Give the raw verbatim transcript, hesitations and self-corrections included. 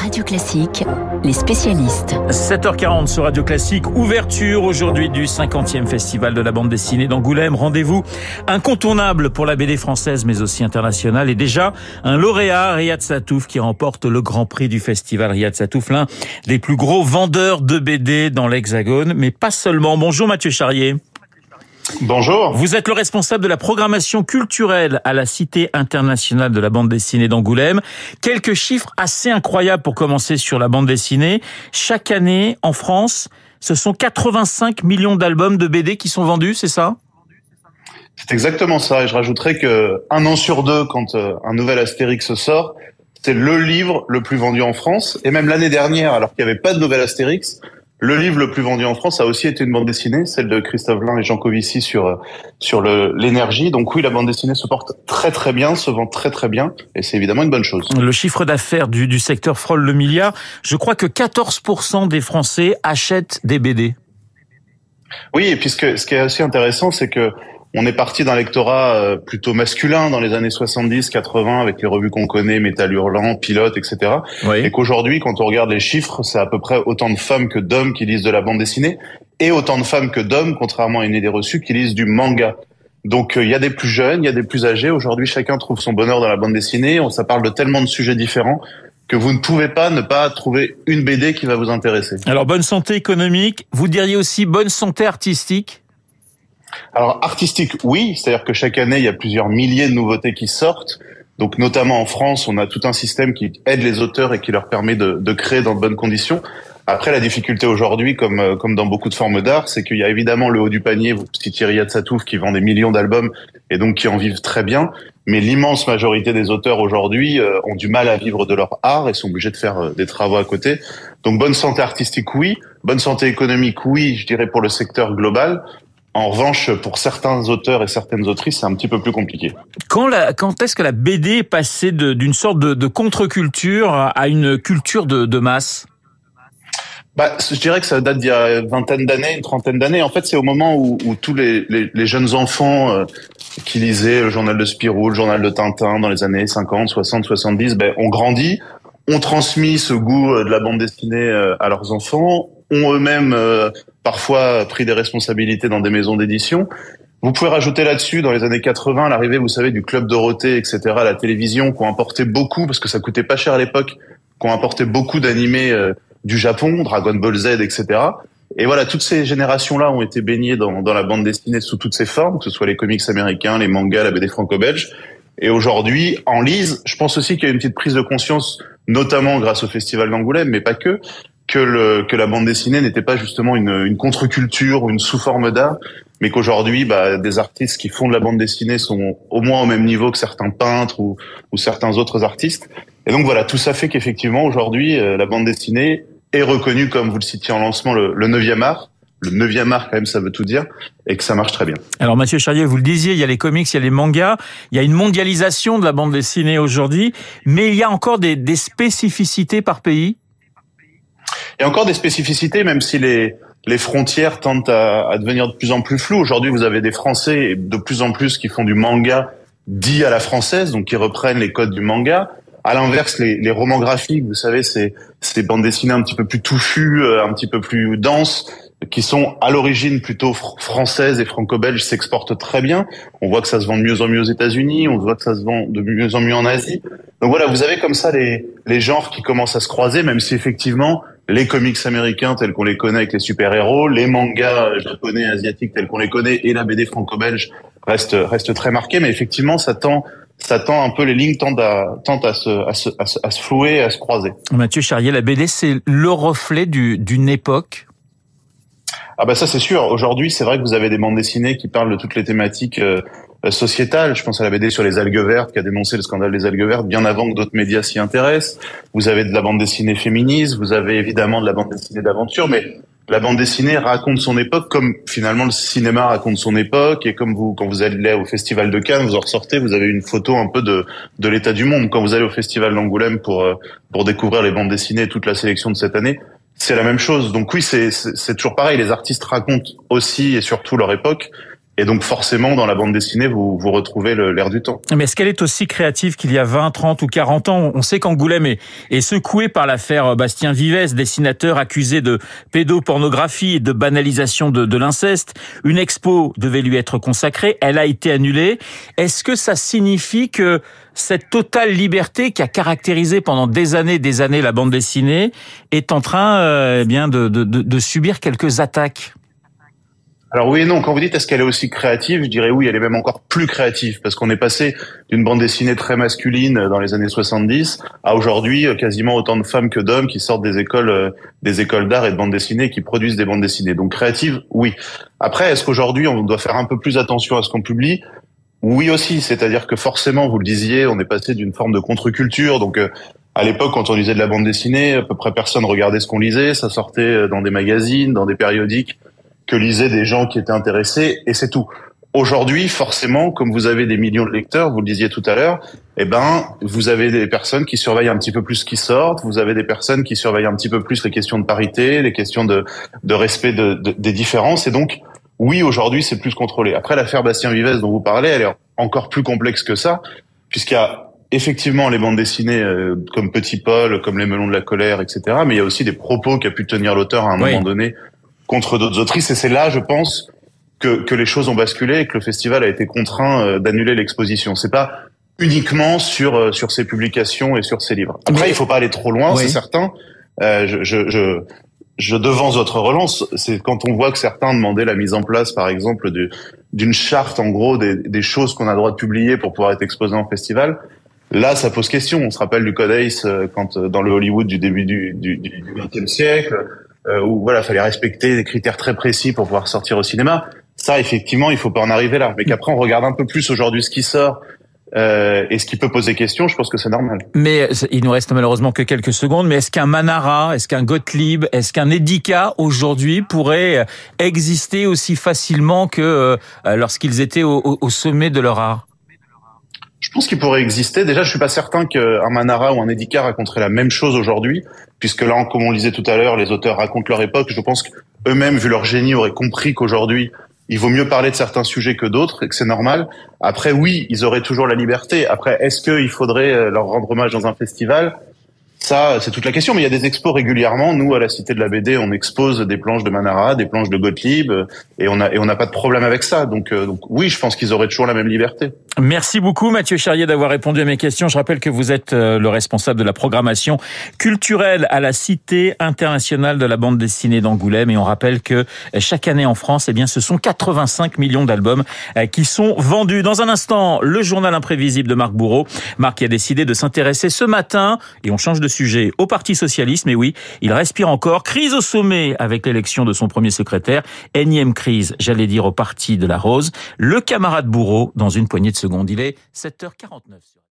Radio Classique, les spécialistes. sept heures quarante sur Radio Classique, ouverture aujourd'hui du cinquantième Festival de la bande dessinée d'Angoulême. Rendez-vous incontournable pour la B D française mais aussi internationale. Et déjà, un lauréat, Riyad Sattouf, qui remporte le grand prix du festival. Riyad Sattouf, l'un des plus gros vendeurs de B D dans l'Hexagone, mais pas seulement. Bonjour Mathieu Charrier. Bonjour. Vous êtes le responsable de la programmation culturelle à la Cité internationale de la bande dessinée d'Angoulême. Quelques chiffres assez incroyables pour commencer sur la bande dessinée. Chaque année, en France, ce sont quatre-vingt-cinq millions d'albums de B D qui sont vendus, c'est ça ? C'est exactement ça. Et je rajouterais que un an sur deux, quand un nouvel Astérix sort, c'est le livre le plus vendu en France. Et même l'année dernière, alors qu'il n'y avait pas de nouvel Astérix, le livre le plus vendu en France a aussi été une bande dessinée, celle de Christophe Blain et Jean Covici sur sur le l'énergie. Donc oui, la bande dessinée se porte très très bien, se vend très très bien, et c'est évidemment une bonne chose. Le chiffre d'affaires du, du secteur frôle le milliard. Je crois que quatorze pour cent des Français achètent des B D. Oui, et puis ce, que, ce qui est assez intéressant, c'est que on est parti d'un lectorat plutôt masculin dans les années soixante-dix quatre-vingts avec les revues qu'on connaît, Métal Hurlant, Pilote, et cetera. Oui. Et qu'aujourd'hui, quand on regarde les chiffres, c'est à peu près autant de femmes que d'hommes qui lisent de la bande dessinée et autant de femmes que d'hommes, contrairement à une idée reçue, qui lisent du manga. Donc il y a des plus jeunes, il y a des plus âgés. Aujourd'hui, chacun trouve son bonheur dans la bande dessinée. On, ça parle de tellement de sujets différents que vous ne pouvez pas ne pas trouver une B D qui va vous intéresser. Alors, bonne santé économique, vous diriez aussi bonne santé artistique ? Alors artistique, oui, c'est-à-dire que chaque année il y a plusieurs milliers de nouveautés qui sortent. Donc notamment en France, on a tout un système qui aide les auteurs et qui leur permet de, de créer dans de bonnes conditions. Après, la difficulté aujourd'hui, comme comme dans beaucoup de formes d'art, c'est qu'il y a évidemment le haut du panier. Vous citiez Riyad Sattouf qui vend des millions d'albums et donc qui en vivent très bien. Mais l'immense majorité des auteurs aujourd'hui euh, ont du mal à vivre de leur art et sont obligés de faire euh, des travaux à côté. Donc bonne santé artistique, oui. Bonne santé économique, oui, je dirais pour le secteur global. En revanche, pour certains auteurs et certaines autrices, c'est un petit peu plus compliqué. Quand, la, quand est-ce que la B D est passée de, d'une sorte de, de contre-culture à une culture de, de masse ? Bah, je dirais que ça date d'il y a une vingtaine d'années, une trentaine d'années. En fait, c'est au moment où, où tous les, les, les jeunes enfants euh, qui lisaient le journal de Spirou, le journal de Tintin dans les années cinquante, soixante, soixante-dix, ben, ont grandi, ont transmis ce goût de la bande dessinée euh, à leurs enfants, ont eux-mêmes euh, parfois pris des responsabilités dans des maisons d'édition. Vous pouvez rajouter là-dessus, dans les années quatre-vingts, l'arrivée, vous savez, du Club Dorothée, et cetera, à la télévision, qui ont importé beaucoup, parce que ça coûtait pas cher à l'époque, qui ont importé beaucoup d'animés euh, du Japon, Dragon Ball Z, et cetera. Et voilà, toutes ces générations-là ont été baignées dans, dans la bande dessinée sous toutes ses formes, que ce soit les comics américains, les mangas, la B D franco-belge. Et aujourd'hui, en lisent, je pense aussi qu'il y a une petite prise de conscience, notamment grâce au Festival d'Angoulême, mais pas que, que le que la bande dessinée n'était pas justement une, une contre-culture ou une sous-forme d'art, mais qu'aujourd'hui, bah, des artistes qui font de la bande dessinée sont au moins au même niveau que certains peintres ou, ou certains autres artistes. Et donc voilà, tout ça fait qu'effectivement, aujourd'hui, euh, la bande dessinée est reconnue, comme vous le citiez en lancement, le, le neuvième art. Le neuvième art, quand même, ça veut tout dire, et que ça marche très bien. Alors Mathieu Charrier, vous le disiez, il y a les comics, il y a les mangas, il y a une mondialisation de la bande dessinée aujourd'hui, mais il y a encore des, des spécificités par pays ? Il y a encore des spécificités, même si les les frontières tendent à, à devenir de plus en plus floues. Aujourd'hui, vous avez des Français et de plus en plus qui font du manga dit à la française, donc qui reprennent les codes du manga. À l'inverse, les, les romans graphiques, vous savez, c'est ces bandes dessinées un petit peu plus touffues, un petit peu plus denses, qui sont à l'origine plutôt fr- françaises et franco-belges, s'exportent très bien. On voit que ça se vend de mieux en mieux aux États-Unis, on voit que ça se vend de mieux en mieux en Asie. Donc voilà, vous avez comme ça les, les genres qui commencent à se croiser, même si effectivement les comics américains tels qu'on les connaît avec les super-héros, les mangas japonais, asiatiques tels qu'on les connaît et la B D franco-belge restent restent très marqués. Mais effectivement, ça tend ça tend un peu, les lignes tendent à tendent à se à se à se, à se flouer, à se croiser. Mathieu Charrier, la B D, c'est le reflet du, d'une époque. Ah bah ça c'est sûr. Aujourd'hui, c'est vrai que vous avez des bandes dessinées qui parlent de toutes les thématiques euh, sociétales. Je pense à la B D sur les algues vertes qui a dénoncé le scandale des algues vertes bien avant que d'autres médias s'y intéressent. Vous avez de la bande dessinée féministe, vous avez évidemment de la bande dessinée d'aventure, mais la bande dessinée raconte son époque comme finalement le cinéma raconte son époque, et comme vous, quand vous allez au Festival de Cannes, vous en ressortez, vous avez une photo un peu de, de l'état du monde. Quand vous allez au Festival d'Angoulême pour, pour découvrir les bandes dessinées et toute la sélection de cette année, c'est la même chose. Donc oui, c'est, c'est, c'est toujours pareil. Les artistes racontent aussi et surtout leur époque. Et donc forcément, dans la bande dessinée, vous, vous retrouvez le, l'air du temps. Mais est-ce qu'elle est aussi créative qu'il y a vingt, trente ou quarante ans? On sait qu'Angoulême est, est secoué par l'affaire Bastien Vivès, dessinateur accusé de pédopornographie et de banalisation de, de l'inceste. Une expo devait lui être consacrée, elle a été annulée. Est-ce que ça signifie que cette totale liberté qui a caractérisé pendant des années des années la bande dessinée est en train euh, eh bien de, de, de, de subir quelques attaques? Alors oui et non, quand vous dites est-ce qu'elle est aussi créative, je dirais oui, elle est même encore plus créative, parce qu'on est passé d'une bande dessinée très masculine dans les années soixante-dix à aujourd'hui quasiment autant de femmes que d'hommes qui sortent des écoles des écoles d'art et de bande dessinée, qui produisent des bandes dessinées. Donc créative, oui. Après, est-ce qu'aujourd'hui on doit faire un peu plus attention à ce qu'on publie? Oui aussi, c'est-à-dire que forcément, vous le disiez, on est passé d'une forme de contre-culture, donc euh, à l'époque, quand on lisait de la bande dessinée, à peu près personne regardait ce qu'on lisait, ça sortait dans des magazines, dans des périodiques que lisaient des gens qui étaient intéressés, et c'est tout. Aujourd'hui, forcément, comme vous avez des millions de lecteurs, vous le disiez tout à l'heure, eh ben, vous avez des personnes qui surveillent un petit peu plus ce qui sort, vous avez des personnes qui surveillent un petit peu plus les questions de parité, les questions de, de respect de, de, des différences, et donc, oui, aujourd'hui, c'est plus contrôlé. Après, l'affaire Bastien Vivès dont vous parlez, elle est encore plus complexe que ça, puisqu'il y a effectivement les bandes dessinées euh, comme Petit Paul, comme Les Melons de la colère, et cetera, mais il y a aussi des propos qu'a pu tenir l'auteur à un oui. moment donné contre d'autres autrices, et c'est là, je pense, que, que les choses ont basculé et que le festival a été contraint d'annuler l'exposition. C'est pas uniquement sur sur ses publications et sur ses livres. Après, mais... il faut pas aller trop loin, oui. c'est certain. Euh, je, je, je, je devance votre relance. C'est quand on voit que certains demandaient la mise en place, par exemple, de, d'une charte, en gros, des, des choses qu'on a le droit de publier pour pouvoir être exposé en festival. Là, ça pose question. On se rappelle du Code Ace quand dans le Hollywood du début du, du, du vingtième siècle. Euh, où voilà, fallait respecter des critères très précis pour pouvoir sortir au cinéma. Ça, effectivement, il faut pas en arriver là. Mais qu'après, on regarde un peu plus aujourd'hui ce qui sort euh, et ce qui peut poser question, je pense que c'est normal. Mais il nous reste malheureusement que quelques secondes. Mais est-ce qu'un Manara, est-ce qu'un Gottlieb, est-ce qu'un Edika aujourd'hui pourrait exister aussi facilement que euh, lorsqu'ils étaient au, au, au sommet de leur art? Je pense qu'il pourrait exister. Déjà, je suis pas certain qu'un Manara ou un Edika raconterait la même chose aujourd'hui, puisque là, comme on le disait tout à l'heure, les auteurs racontent leur époque. Je pense qu'eux-mêmes, vu leur génie, auraient compris qu'aujourd'hui, il vaut mieux parler de certains sujets que d'autres et que c'est normal. Après, oui, ils auraient toujours la liberté. Après, est-ce qu'il faudrait leur rendre hommage dans un festival? Ça, c'est toute la question, mais il y a des expos régulièrement. Nous, à la Cité de la B D, on expose des planches de Manara, des planches de Gottlieb, et on a et on n'a pas de problème avec ça. Donc, euh, donc oui, je pense qu'ils auraient toujours la même liberté. Merci beaucoup, Mathieu Charrier, d'avoir répondu à mes questions. Je rappelle que vous êtes le responsable de la programmation culturelle à la Cité internationale de la bande dessinée d'Angoulême, et on rappelle que chaque année en France, eh bien, ce sont quatre-vingt-cinq millions d'albums qui sont vendus. Dans un instant, le journal imprévisible de Marc Bourreau. Marc qui a décidé de s'intéresser ce matin, et on change de sujet, au Parti socialiste, mais oui, il respire encore. Crise au sommet avec l'élection de son premier secrétaire. Énième crise, j'allais dire, au Parti de la Rose. Le camarade Bourreau dans une poignée de secondes. Il est sept heures quarante-neuf.